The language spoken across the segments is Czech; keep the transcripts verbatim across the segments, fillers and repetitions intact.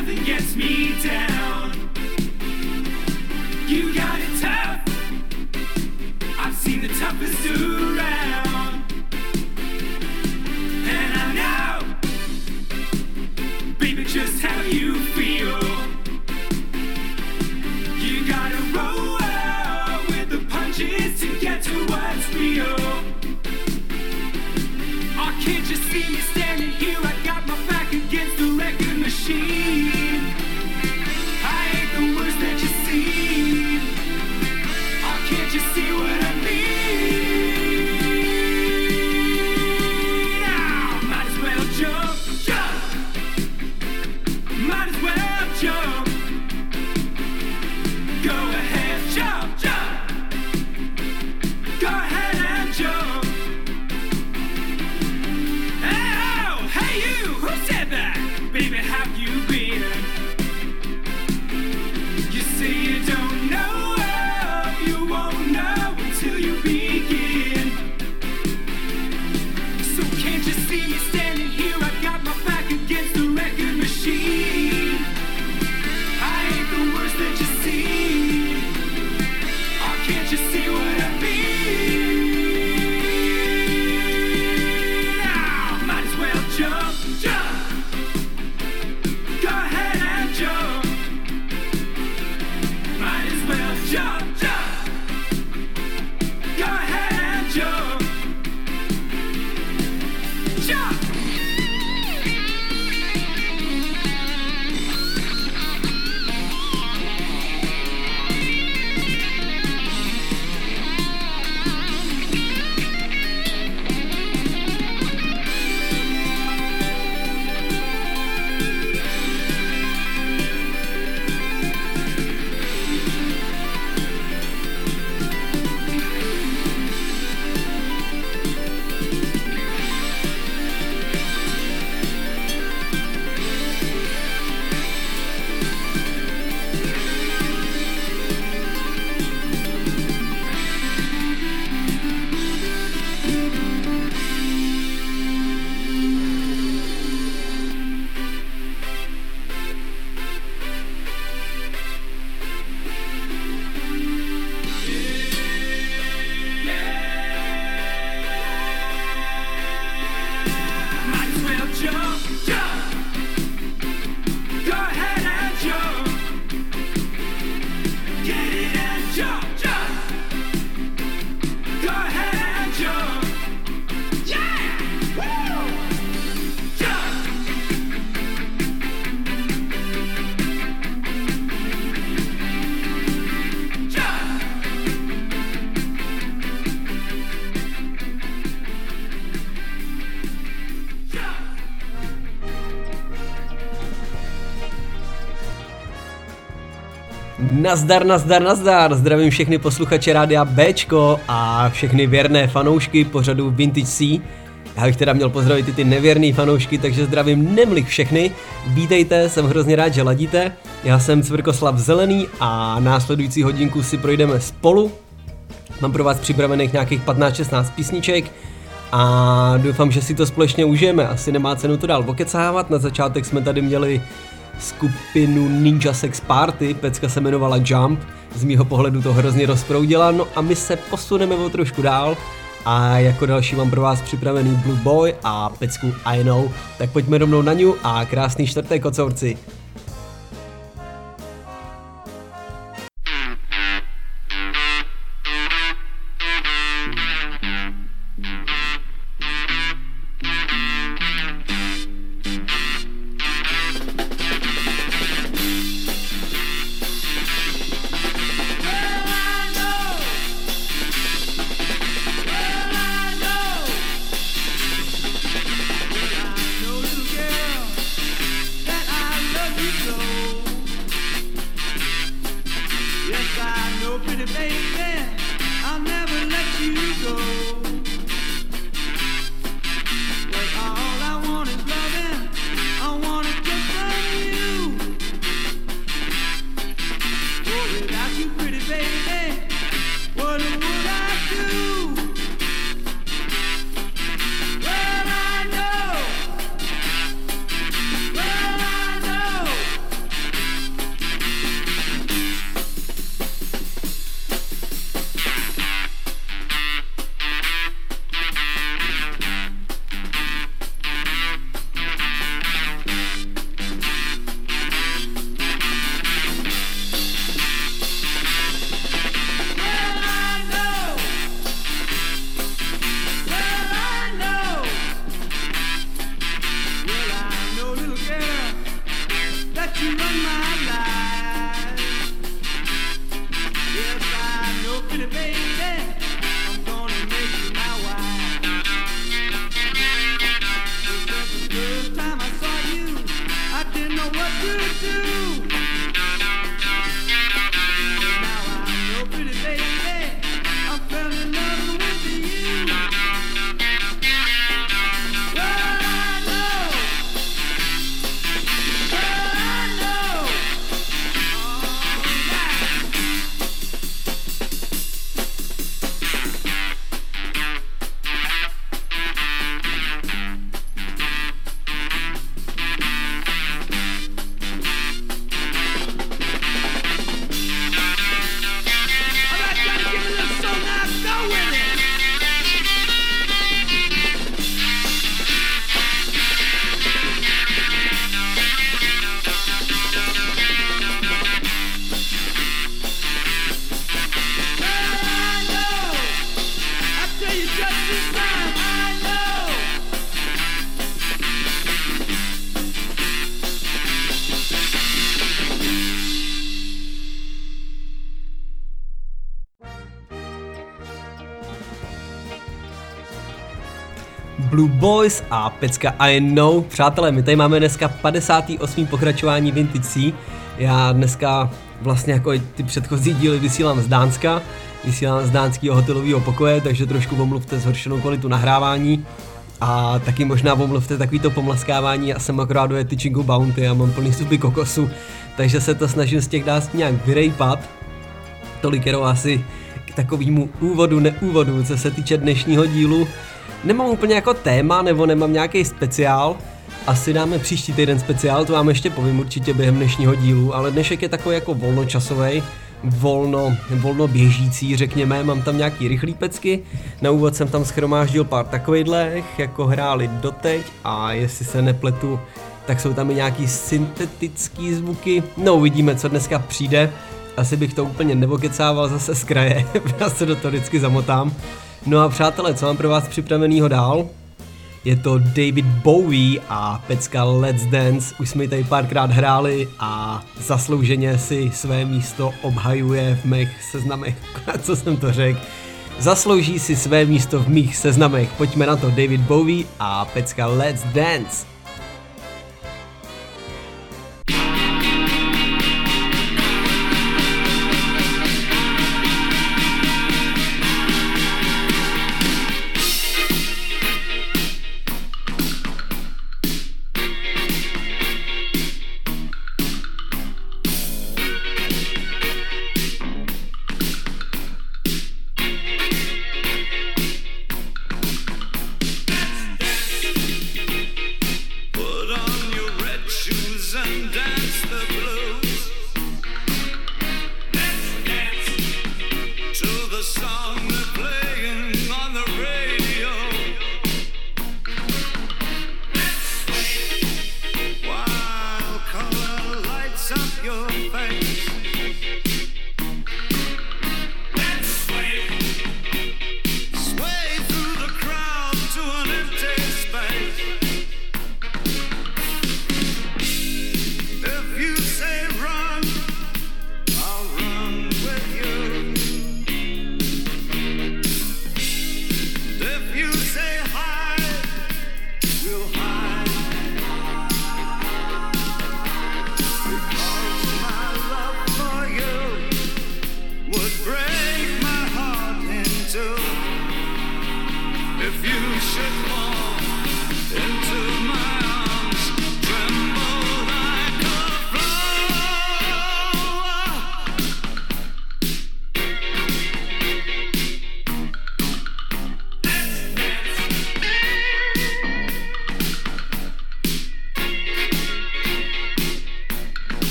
nothing gets me down. You got it tough. I've seen the toughest around. And I know, baby, just how you feel. You gotta roll with the punches to get to what's real. Oh, can't you see me standing here? I got my back against the record machine. I ain't the worst that you see. Oh, can't you see what I mean? Now, might as well jump, jump. Might as well jump. Go ahead, jump, jump. Go ahead and jump. Oh, hey you, who said that? Baby, have you been? You say you don't know, you won't know until you begin. So can't you see me standing here? I got my back against the record machine. I ain't the worst that you see. Oh, can't you see what I mean? Now, might as well jump, jump. Go ahead and jump. Might as well jump, jump. Go ahead and jump. Jump. Might as well jump, jump. Go ahead and jump. Get it and jump, jump. Go ahead and jump. Yeah! Woo! Jump. Jump. Nazdar, nazdar, nazdar, zdravím všechny posluchače rádia Bčko a všechny věrné fanoušky pořadu Vintage C. Já bych teda měl pozdravit i ty nevěrný fanoušky, takže zdravím nemlich všechny. Vítejte, jsem hrozně rád, že ladíte. Já jsem Cvrkoslav Zelený a následující hodinku si projdeme spolu. Mám pro vás připravených nějakých patnáct šestnáct písniček a doufám, že si to společně užijeme. Asi nemá cenu to dál pokecávat. Na začátek jsme tady měli skupinu Ninja Sex Party, pecka se jmenovala Jump, z mýho pohledu to hrozně rozproudila, no a my se posuneme o trošku dál a jako další mám pro vás připravený Blue Boy a pecku I Know, tak pojďme rovnou na ňu a krásný čtvrtek, kocourci. That I love Blue Boys a pecka I Know. Přátelé, my tady máme dneska padesátý osmý pokračování Vintage C. Já dneska vlastně jako ty předchozí díly vysílám z Dánska, vysílám z dánského hotelového pokoje, takže trošku pomluvte zhoršenou kvalitu nahrávání a taky možná pomluvte takovýto pomlaskávání. Já jsem akorát do Tyčinku Bounty a mám plný zuby kokosu, takže se to snažím z těch dát nějak vyrejpat. Tolik jenom asi k takovému úvodu, neúvodu, co se týče dnešního dílu. Nemám úplně jako téma, nebo nemám nějaký speciál. Asi dáme příští týden speciál, to vám ještě povím určitě během dnešního dílu, ale dnešek je takový jako volnočasový, volno, volno běžící, řekněme. Mám tam nějaký rychlý pecky, na úvod jsem tam shromáždil pár takovejhlech, jako hráli doteď a jestli se nepletu, tak jsou tam i nějaký syntetický zvuky. No uvidíme, co dneska přijde. Asi bych to úplně nevokecával zase z kraje, já se do toho vždycky zamotám. No a přátelé, co mám pro vás připravenýho dál? Je to David Bowie a pecka Let's Dance. Už jsme ji tady párkrát hráli a zaslouženě si své místo obhajuje v mých seznamech. Co jsem to řekl? Zaslouží si své místo v mých seznamech. Pojďme na to, David Bowie a pecka Let's Dance.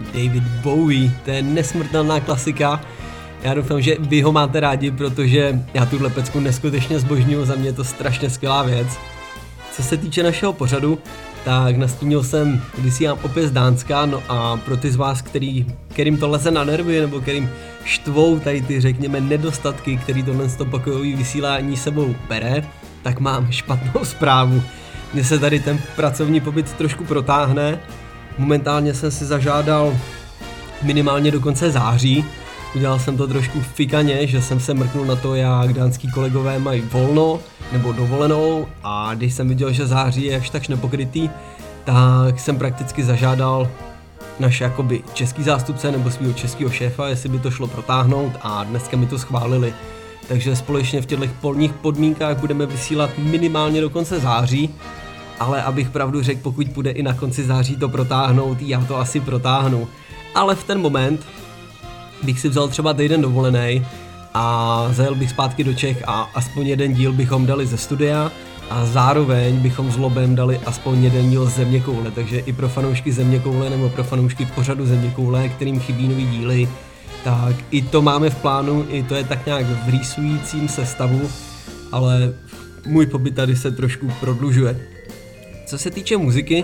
David Bowie, to je nesmrtelná klasika. Já doufám, že vy ho máte rádi, protože já tuhle pecku neskutečně zbožňuju, za mě je to strašně skvělá věc. Co se týče našeho pořadu, tak nastínil jsem, vysílám opět z Dánska, no a pro ty z vás, který, kterým to leze na nervy, nebo kterým štvou tady ty, řekněme, nedostatky, který tohle pokojový vysílání sebou bere, tak mám špatnou zprávu. Mně se tady ten pracovní pobyt trošku protáhne, momentálně jsem si zažádal minimálně do konce září, udělal jsem to trošku fikaně, že jsem se mrknul na to, jak dánský kolegové mají volno nebo dovolenou, a když jsem viděl, že září je až tak nepokrytý, tak jsem prakticky zažádal naše jakoby český zástupce nebo svého českého šéfa, jestli by to šlo protáhnout, a dneska mi to schválili. Takže společně v těchto polních podmínkách budeme vysílat minimálně do konce září, ale abych pravdu řekl, pokud půjde i na konci září to protáhnout, já to asi protáhnu. Ale v ten moment bych si vzal třeba týden dovolenej a zajel bych zpátky do Čech a aspoň jeden díl bychom dali ze studia a zároveň bychom s Lobem dali aspoň jeden díl Zeměkoule, takže i pro fanoušky Zeměkoule nebo pro fanoušky pořadu Zeměkoule, kterým chybí nový díly, tak i to máme v plánu, i to je tak nějak v rýsujícím se stavu, ale můj pobyt tady se trošku prodlužuje. Co se týče muziky,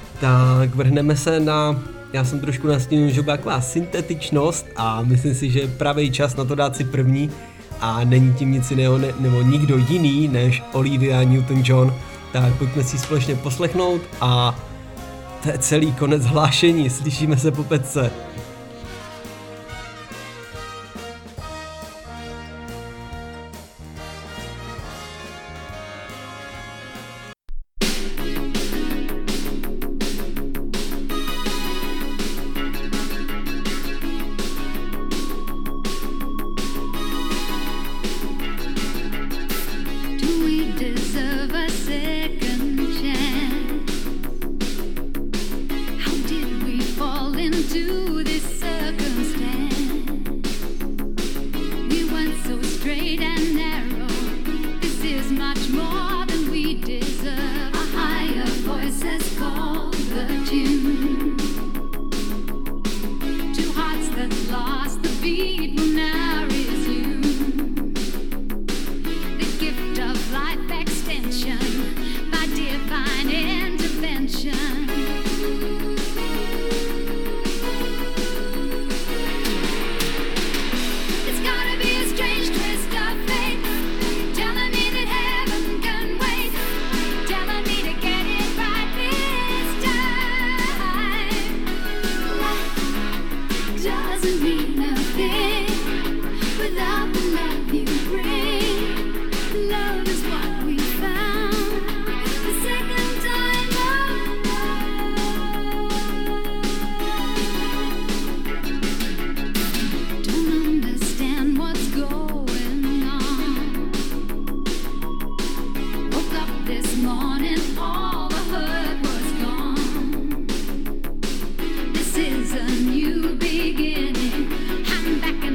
tak vrhneme se na, já jsem trošku nastínil, že byla taková syntetičnost a myslím si, že je pravý čas na to dát si první a není tím nic jiného ne, nebo nikdo jiný než Olivia Newton-John, tak pojďme si společně poslechnout a to je celý, konec hlášení, slyšíme se po pecce. This is a new beginning. I'm back in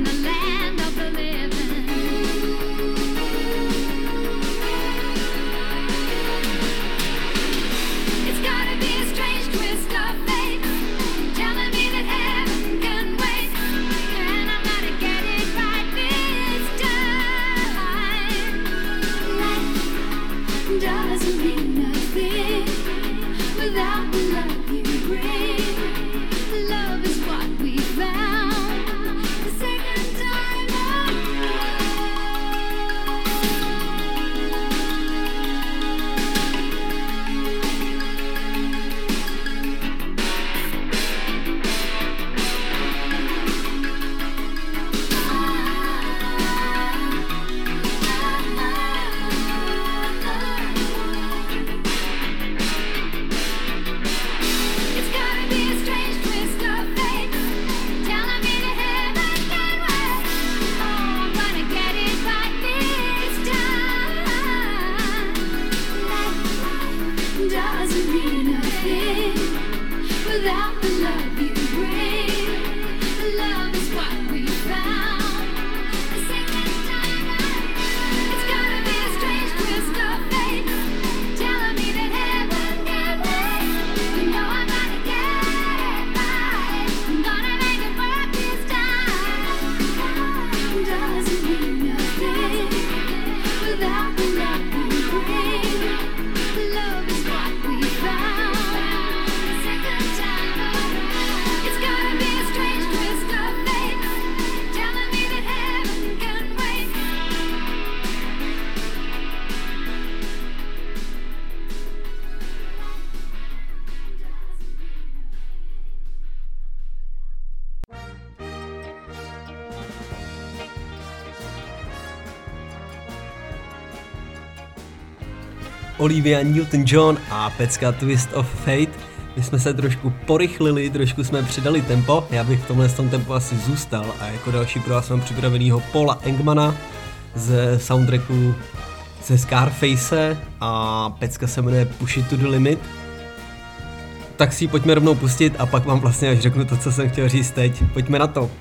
Olivia Newton-John a pecka Twist of Fate. My jsme se trošku porychlili, trošku jsme přidali tempo, já bych v tomhle tom tempu asi zůstal a jako další pro vás mám připravenýho Paula Engmana ze soundtracku ze Scarface a pecka se jmenuje Push It to the Limit. Tak si ji pojďme rovnou pustit a pak vám vlastně až řeknu to, co jsem chtěl říct teď. Pojďme na to.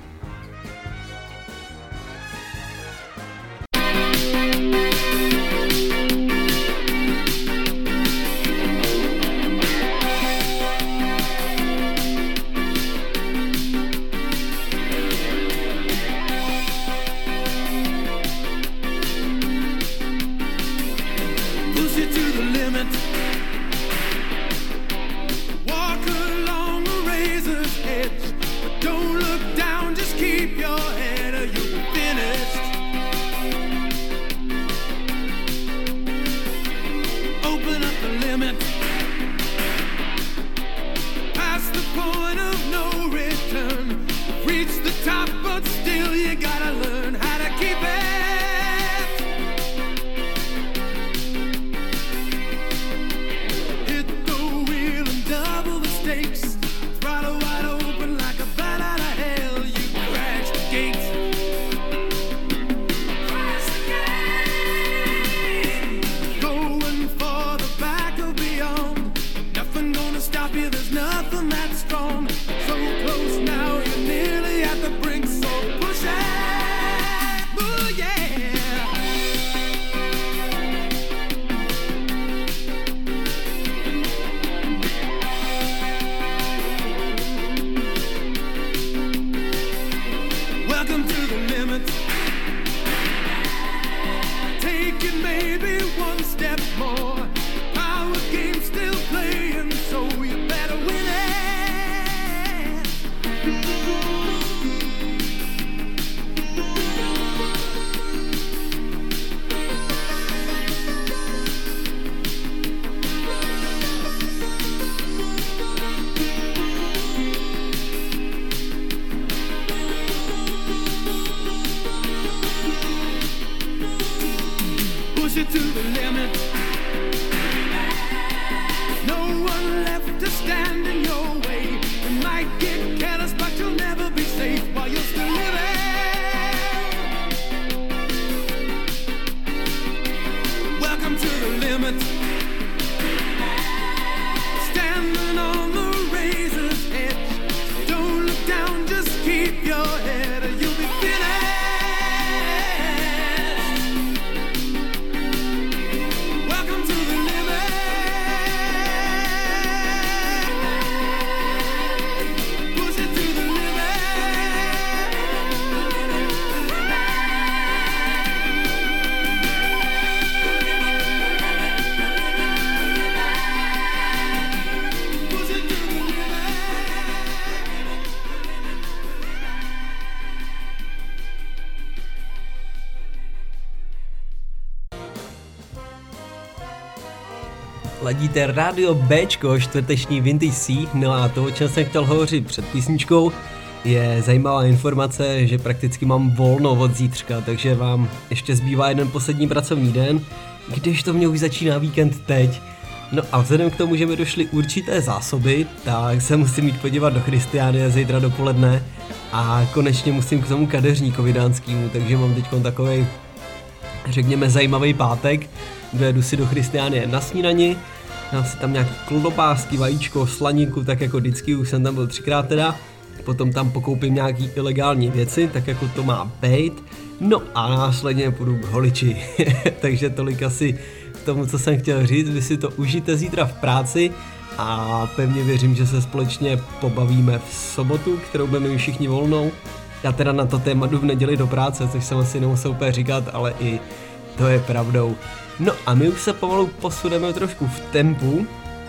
Ladíte rádio Bčko, čtvrteční Vintage C, no a to, o čem jsem chtěl hovořit před písničkou, je zajímavá informace, že prakticky mám volno od zítřka, takže vám ještě zbývá jeden poslední pracovní den, když to mě už začíná víkend teď. No a vzhledem k tomu, že mi došly určité zásoby, tak se musím jít podívat do Christiánie zítra dopoledne a konečně musím k tomu kadeřníkovi dánskému, takže mám teď takovej, řekněme, zajímavý pátek. Dojedu si do Christiánie na snídani, dám si tam nějaký klobásky, vajíčko, slaninku, tak jako vždycky, už jsem tam byl třikrát teda. Potom tam pokoupím nějaký ilegální věci, tak jako to má být. No a následně půjdu k holiči. Takže tolik asi k tomu, co jsem chtěl říct. Vy si to užijte zítra v práci a pevně věřím, že se společně pobavíme v sobotu, kterou budeme mít všichni volnou. Já teda na to téma jdu v neděli do práce, což jsem asi nemusel úplně říkat, ale i to je pravdou. No a my už se pomalu posuneme trošku v tempu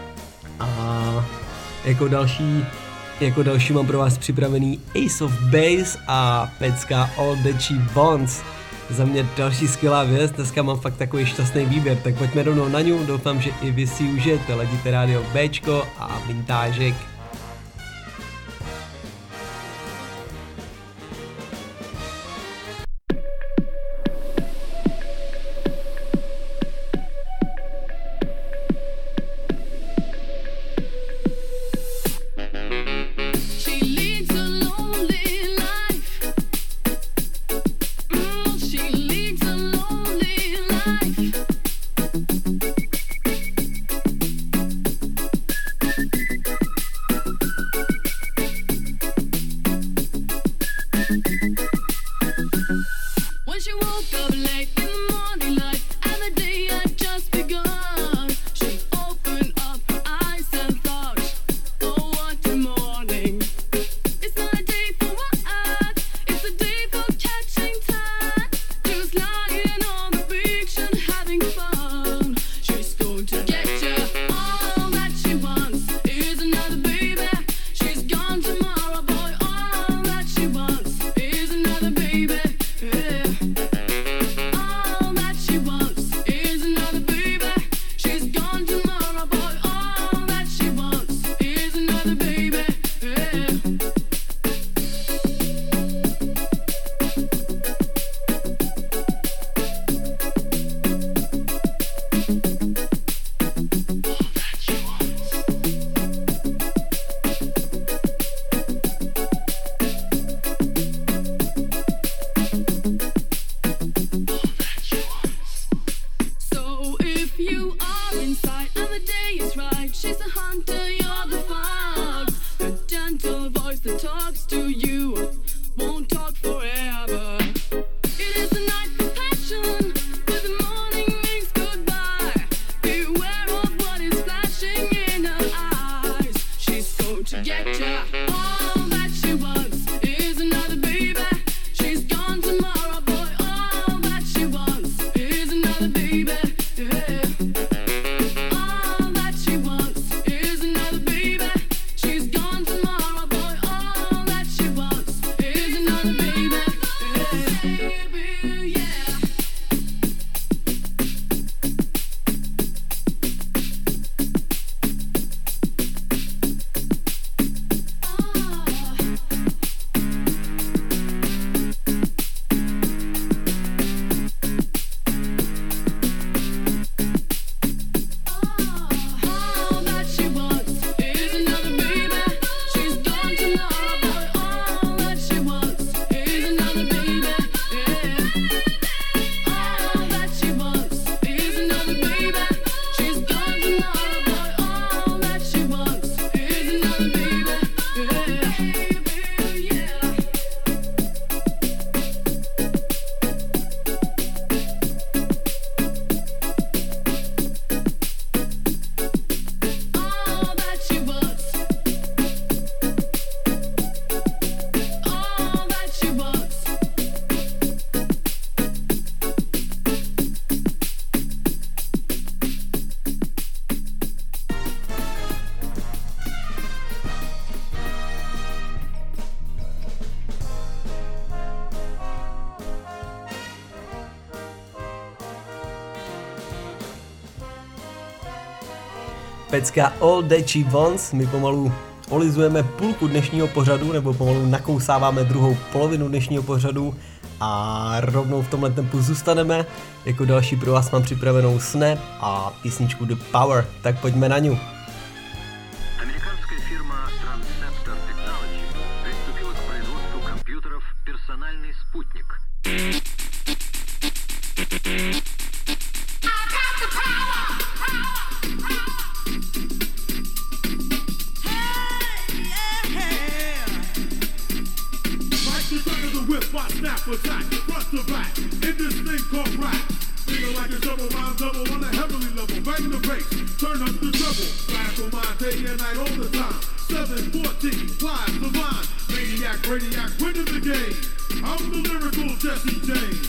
a jako další, jako další mám pro vás připravený Ace of Base a pecka All That She Wants. Za mě další skvělá věc, dneska mám fakt takový šťastný výběr, tak pojďme rovnou na ňu, doufám, že i vy si užijete, ladíte rádio Bčko a vintážek. Pecka All That She Wants, my pomalu olizujeme půlku dnešního pořadu, nebo pomalu nakousáváme druhou polovinu dnešního pořadu a rovnou v tomhle tempu zůstaneme. Jako další pro vás mám připravenou Snap a písničku The Power, tak pojďme na ňu. Американская фирма Transceptor Technology приступила к производству компьютеров «Персональный спутник». Snap attack, front to back, in this thing called rap. Feeling like a double rhyme double on a heavenly level. Bang the bass, turn up the treble. Flash on my day and night all the time. seven fourteen, flies the line. Maniac, radiac, winning the game. I'm the lyrical Jesse James.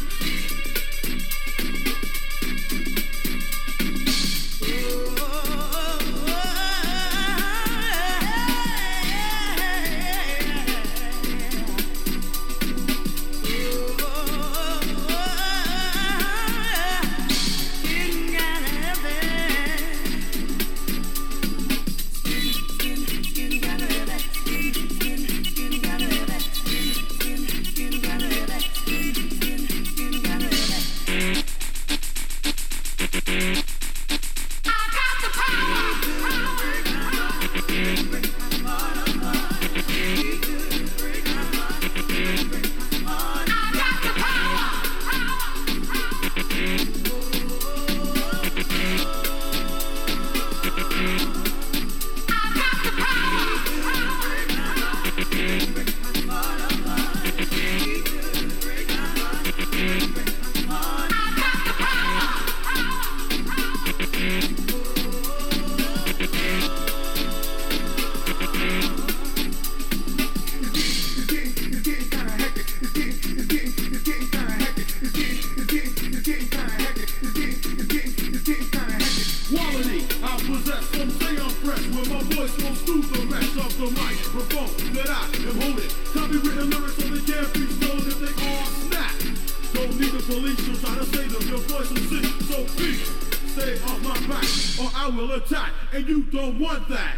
the police will try to save them. Your voice will sing, so please stay off my back, or I will attack, and you don't want that.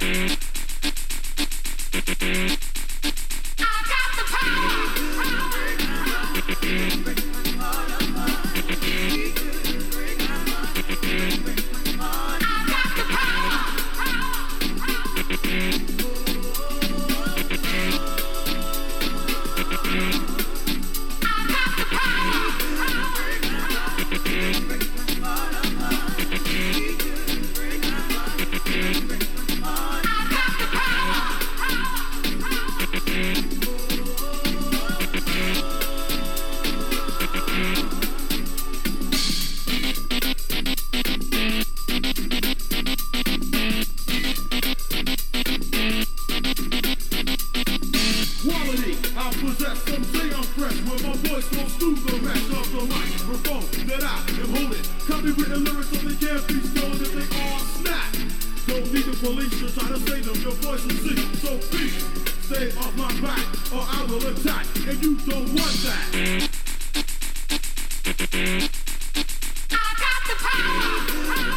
I got the power. Quality, I possess, some say I'm fresh, but my voice goes through the rest of the microphone that I am holding. Copywritten lyrics so they can't be stolen if they all snap. Don't need the police to try to save them, your voice will sing, so please stay off my back, or I will attack, and you don't want that. I got the power.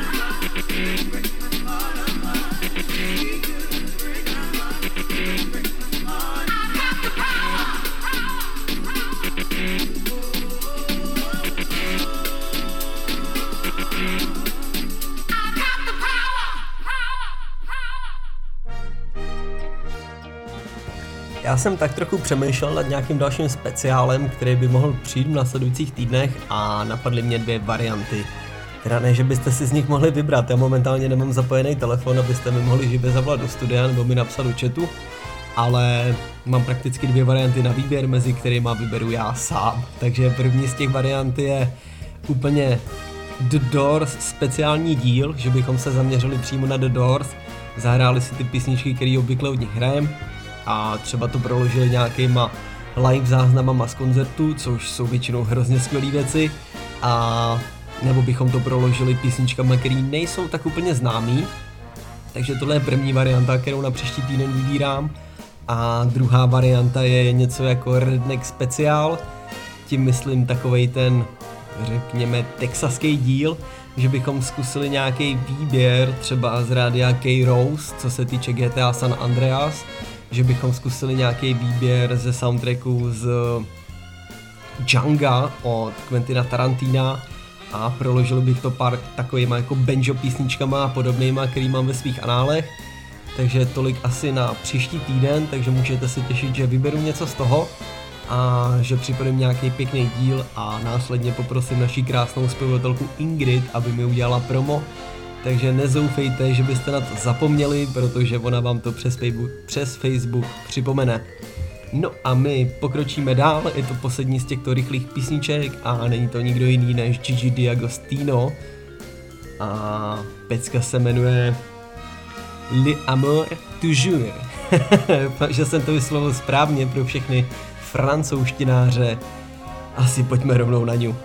Já jsem tak trochu přemýšlel nad nějakým dalším speciálem, který by mohl přijít v následujících týdnech a napadly mě dvě varianty. Teda ne, že byste si z nich mohli vybrat, já momentálně nemám zapojený telefon, abyste mi mohli živě zavolat do studia nebo mi napsat do chatu, ale mám prakticky dvě varianty na výběr, mezi kterými vyberu já sám. Takže první z těch variant je úplně The Doors speciální díl, že bychom se zaměřili přímo na The Doors, zahráli si ty písničky, které obvykle od nich hrajeme, a třeba to proložili nějakýma live záznamama z koncertů, což jsou většinou hrozně skvělé věci, a nebo bychom to proložili písničkama, které nejsou tak úplně známý. Takže tohle je první varianta, kterou na příští týden vybírám. A druhá varianta je něco jako Redneck speciál, tím myslím takovej ten, řekněme, texaský díl, že bychom zkusili nějaký výběr třeba z rádia K-Rose, co se týče G T A San Andreas, že bychom zkusili nějaký výběr ze soundtracku z Django od Quentina Tarantina a proložil bych to pár takovýma jako banjo písničkama a podobnýma, který mám ve svých análech. Takže tolik asi na příští týden, takže můžete si těšit, že vyberu něco z toho a že připravím nějaký pěkný díl a následně poprosím naši krásnou zpěvatelku Ingrid, aby mi udělala promo. Takže nezoufejte, že byste na to zapomněli, protože ona vám to přes Facebook, přes Facebook připomene. No a my pokročíme dál, je to poslední z těchto rychlých písniček a není to nikdo jiný než Gigi D'Agostino. A pecka se jmenuje L'amour toujours. Že jsem to vyslovil správně pro všechny francouzštináře. Asi pojďme rovnou na ňu.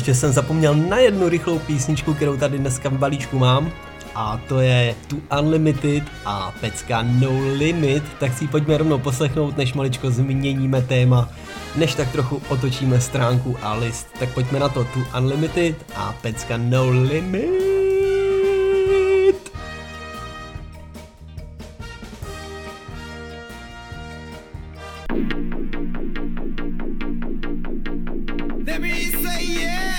ještě jsem zapomněl na jednu rychlou písničku, kterou tady dneska v balíčku mám. A to je To Unlimited a pecka No Limit, tak si ji pojďme rovnou poslechnout, než maličko změníme téma, než tak trochu otočíme stránku a list. Tak pojďme na to, To Unlimited a pecka No Limit. Let me say yeah.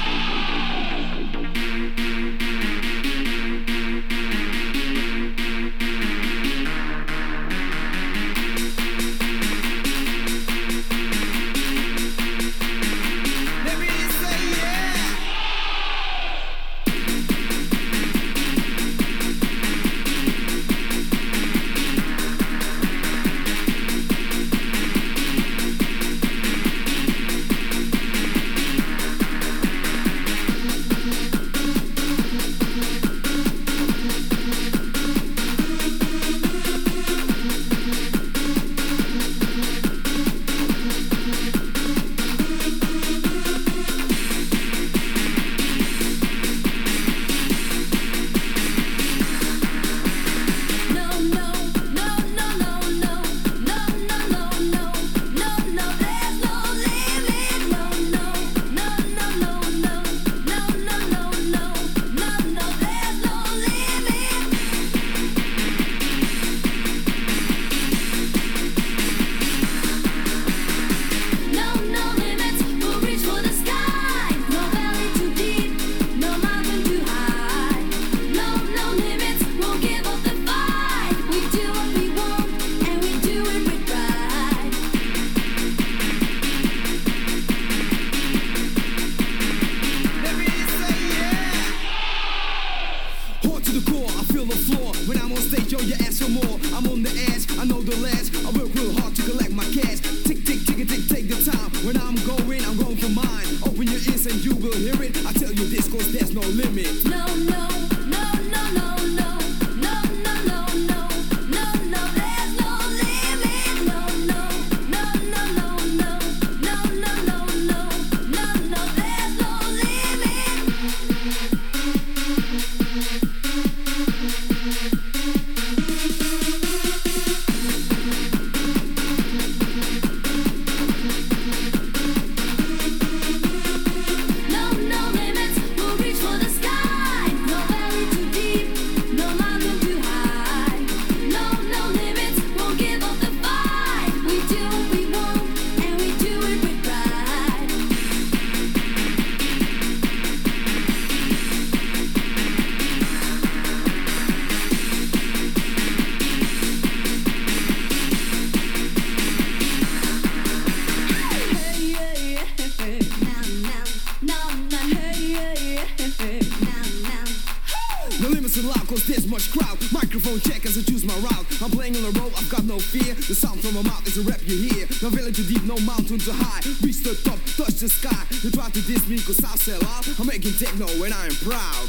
The sound from my mouth is a rap you hear. No valley too deep, no mountain too high. Reach the top, touch the sky. You try to diss me cause I sell out. I'm making techno and I am proud.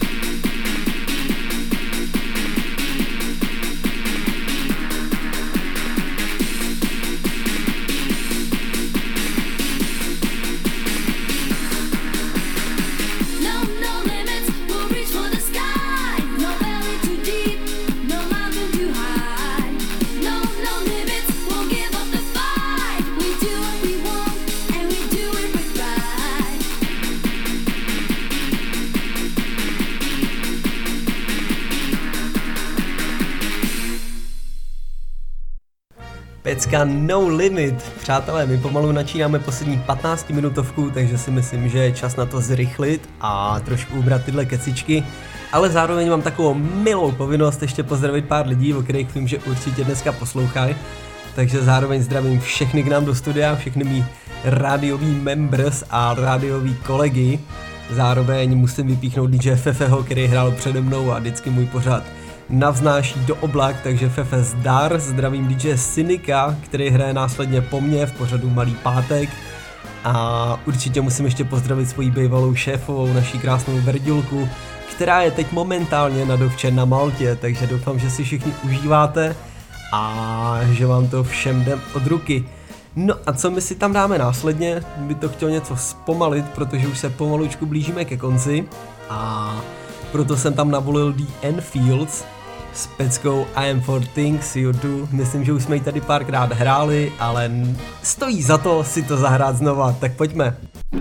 Pecka No Limit. Přátelé, my pomalu načínáme poslední patnáctiminutovku, takže si myslím, že je čas na to zrychlit a trošku ubrat tyhle kecičky. Ale zároveň mám takovou milou povinnost ještě pozdravit pár lidí, o kterých vím, že určitě dneska poslouchají. Takže zároveň zdravím všechny k nám do studia, všechny mý rádiový members a rádiový kolegy. Zároveň musím vypíchnout D J Fefeho, který hrál přede mnou a vždycky můj pořad navznáší do oblak, takže Fefe zdar, zdravím D J Cynika, který hraje následně po mně v pořadu Malý pátek a určitě musím ještě pozdravit svoji bývalou šéfovou, naší krásnou Verdulku, která je teď momentálně na dovče na Maltě, takže doufám, že si všichni užíváte a že vám to všem jde od ruky. No a co my si tam dáme následně, by to chtěl něco zpomalit, protože už se pomalučku blížíme ke konci a proto jsem tam navolil The Enfields s peckou I Am For Things You Do. Myslím, že už jsme ji tady párkrát hráli, ale stojí za to si to zahrát znova, tak pojďme.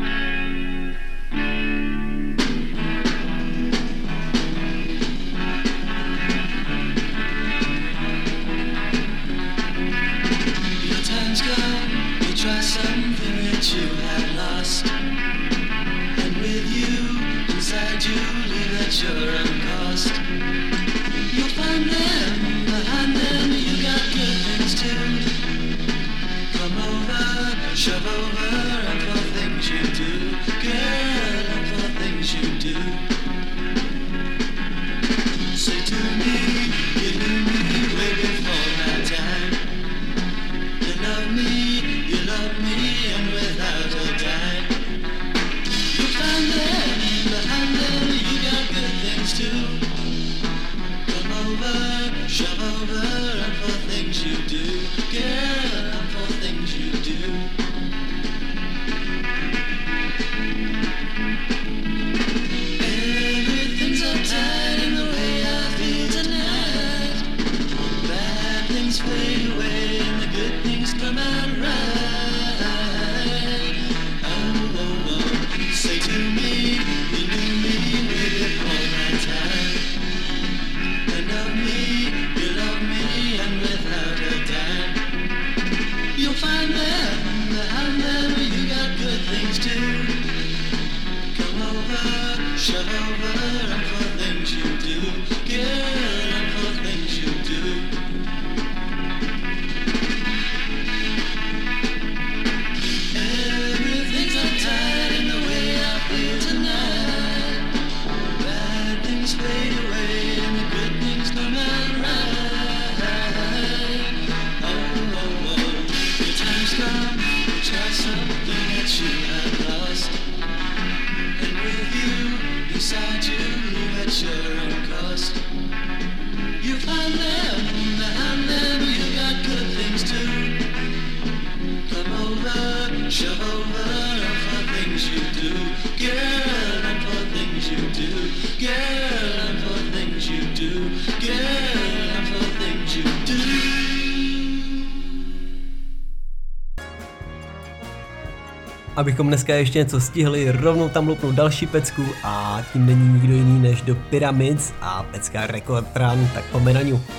Abychom dneska ještě něco stihli, rovnou tam lupnu další pecku a tím není nikdo jiný než The Pyramids a pecka Record Run, tak pojďme na ňu.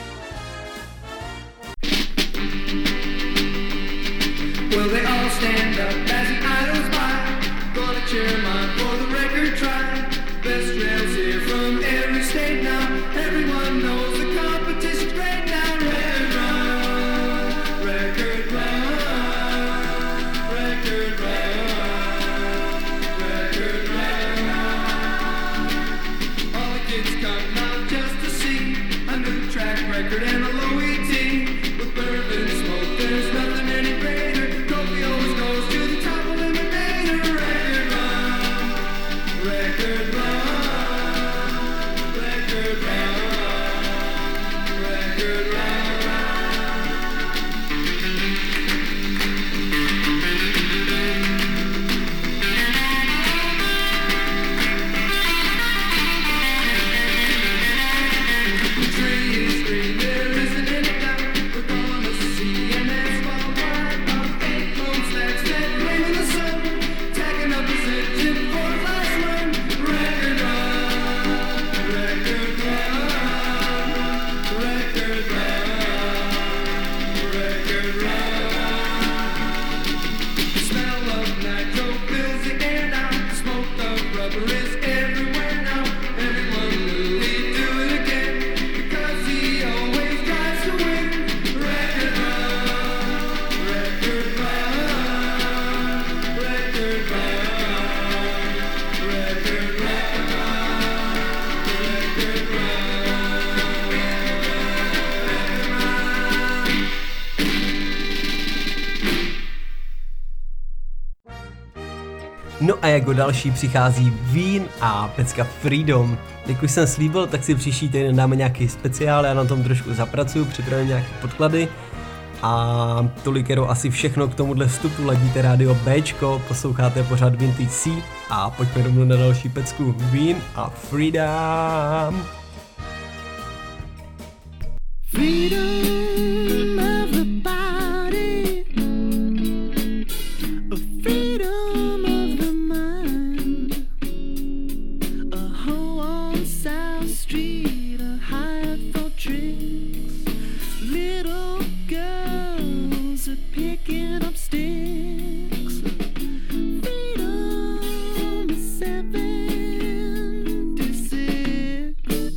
Will they all stand up as the idols by? Gonna cheer them on for the record try. Best rails here from every state now. Everyone knows the competition's great now. Record run, record run, record run, record run. All the kids come out just to see a new track record and a low E T. With bourbon smoke, there's nothing any greater. Trophy always goes to the top eliminator. Record run, record run, record run, record run. Three is three, there isn't any doubt. We're gonna see an S worldwide of eight clone stacks that flame in the sun, tagging up his engine for the last run. Record run, record run, record run, record run. The smell of nitro fills the air now. The smoke of rubber is everywhere now. Everyone will he do it again because he always tries to win. Record run, record run, record run, record run, record No a jako další přichází Vín a pecka Freedom. Jak už jsem slíbil, tak si příští týden dáme nějaký speciál, já na tom trošku zapracuju, připravím nějaké podklady. A tolik je asi všechno k tomuhle vstupu. Ladíte rádio Bčko, posloucháte pořád Vintage C a pojďme rovnou na další pecku. Win a Freedom! Freedom of the body, a freedom of the mind, a hole on South Street, a hired for tricks, little girls are picking up sticks, freedom is seventy-six.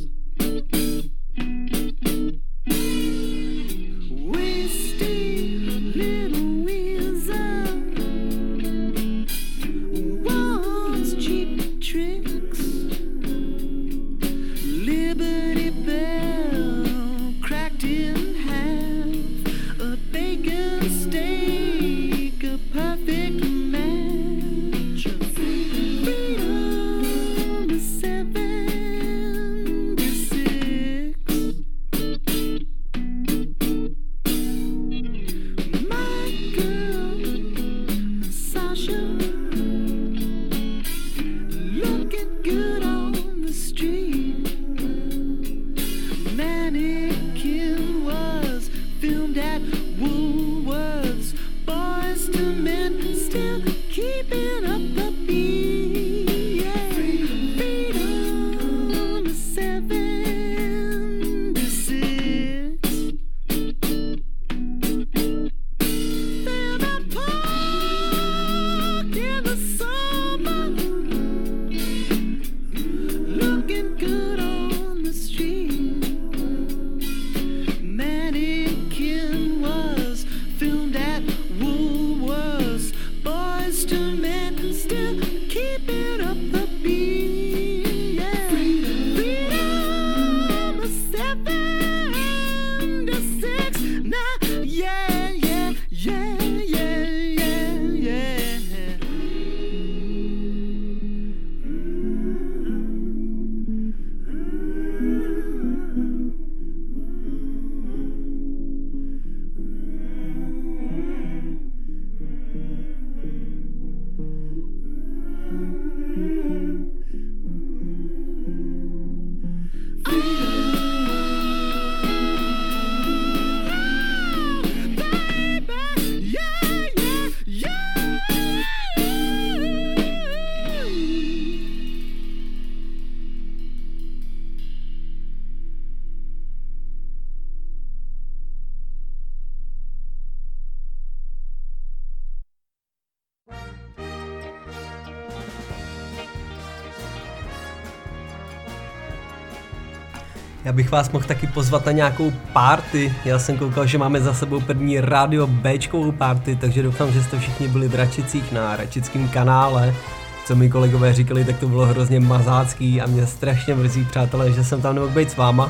Já bych vás mohl taky pozvat na nějakou party. Já jsem koukal, že máme za sebou první rádio Bčkovou party, takže doufám, že jste všichni byli v Račicích na Račickém kanále. Co mi kolegové říkali, tak to bylo hrozně mazácký a mě strašně mrzí, přátelé, že jsem tam nemohl být s váma.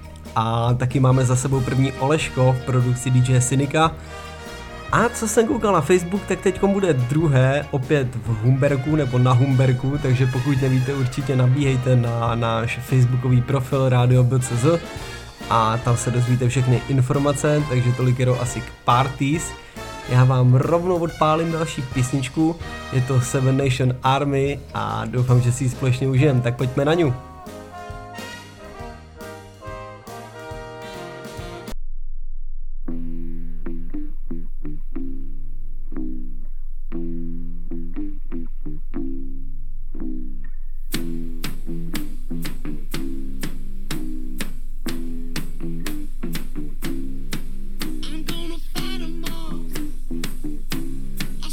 A taky máme za sebou první Oleško v produkci D J Cynika. A co jsem koukal na Facebook, tak teďkom bude druhé, opět v Humberku nebo na Humberku, takže pokud nevíte, určitě nabíhejte na náš facebookový profil Radio B C Z a tam se dozvíte všechny informace, takže tolik jenom asi k parties. Já vám rovnou odpálím další písničku, je to Seven Nation Army a doufám, že si ji společně užijem, tak pojďme na ňu.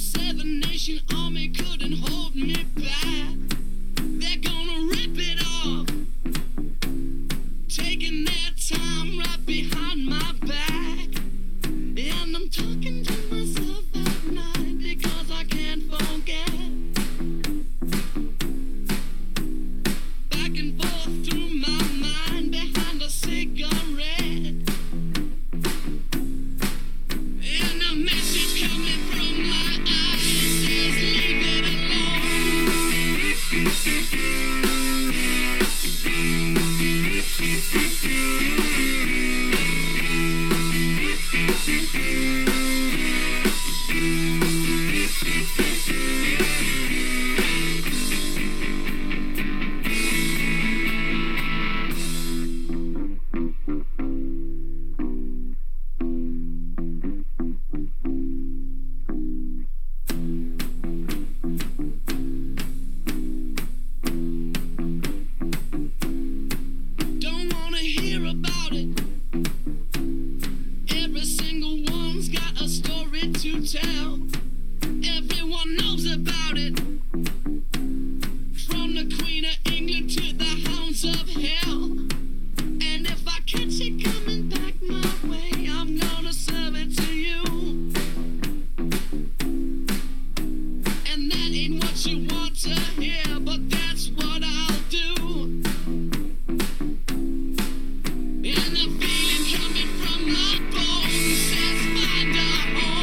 Army couldn't hold me back. They're gonna rip it off. hotel. Everyone knows about it. From the Queen of England to the hounds of hell. And if I catch it coming back my way, I'm gonna serve it to you. And that ain't what you want to hear, but that's what I'll do. And the feeling coming from my bones says find a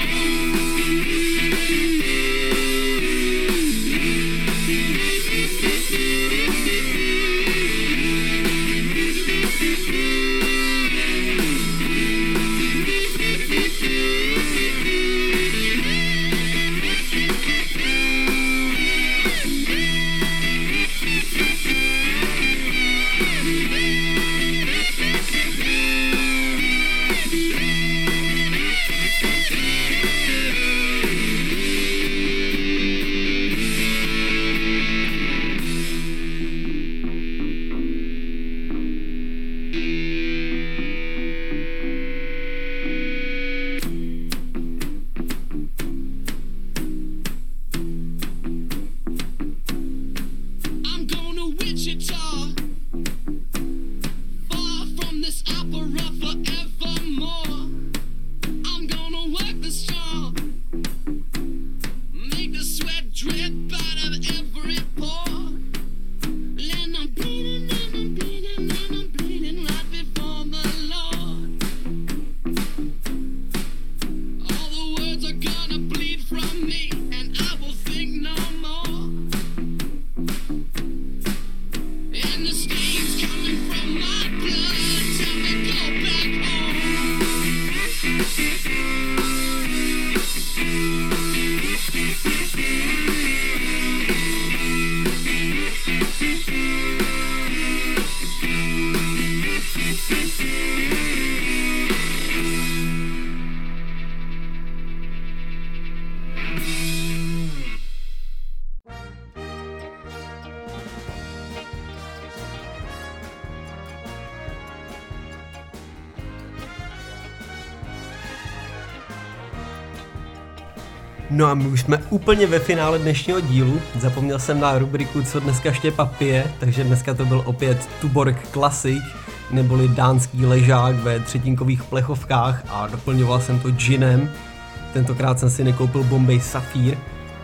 No a my už jsme úplně ve finále dnešního dílu. Zapomněl jsem na rubriku Co dneska Štěpa pije, takže dneska to byl opět Tuborg Classic, neboli dánský ležák ve třetinkových plechovkách a doplňoval jsem to ginem. Tentokrát jsem si nekoupil Bombay Sapphire.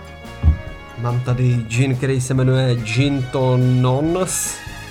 Mám tady gin, který se jmenuje Gin Tonons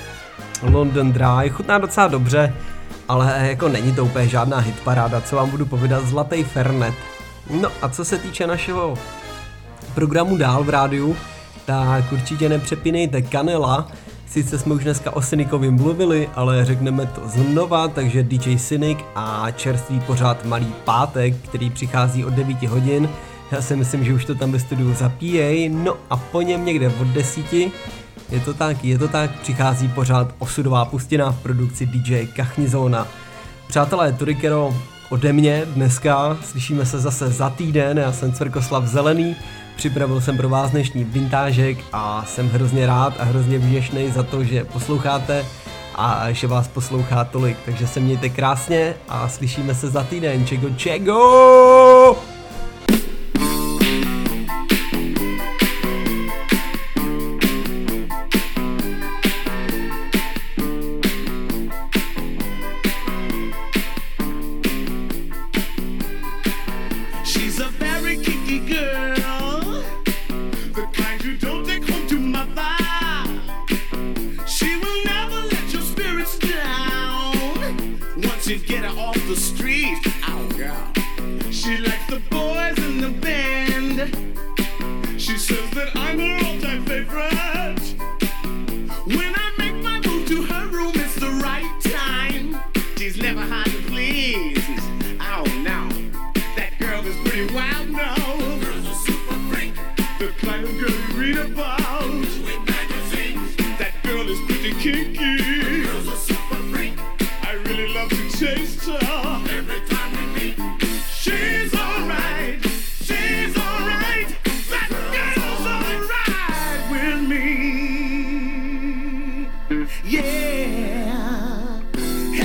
London Dry. Chutná docela dobře, ale jako není to úplně žádná hitparáda, co vám budu povídat, zlatý Fernet. No a co se týče našeho programu dál v rádiu, tak určitě nepřepínejte Kanela. Sice jsme už dneska o Cynicovi mluvili, ale řekneme to znova, takže D J Cynic a čerstvý pořád Malý pátek, který přichází od devět hodin. Já si myslím, že už to tam ve studiu zapíjej. No a po něm někde od desíti, je to tak, je to tak, přichází pořád Osudová pustina v produkci D J Kachnizona. Přátelé, Torikero ode mě dneska, slyšíme se zase za týden, já jsem Cvrkoslav Zelený, připravil jsem pro vás dnešní vintážek a jsem hrozně rád a hrozně vděčný za to, že posloucháte a že vás poslouchá tolik, takže se mějte krásně a slyšíme se za týden, čego čego!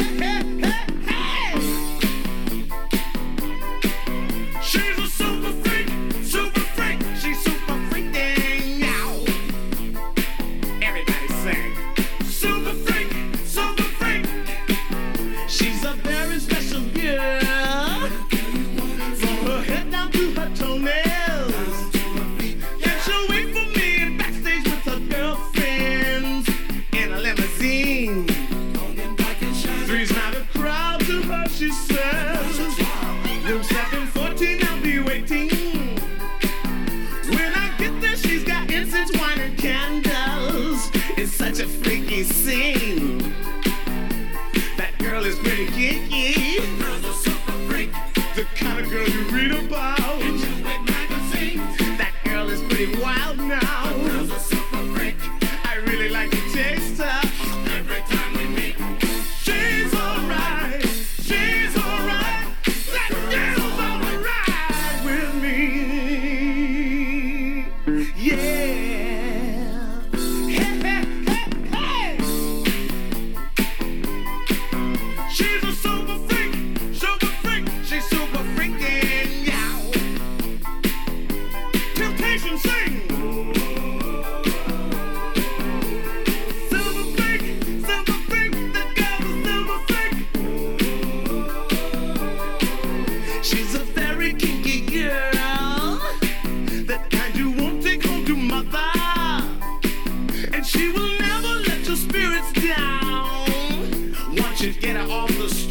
She's a super attention, get her off the street.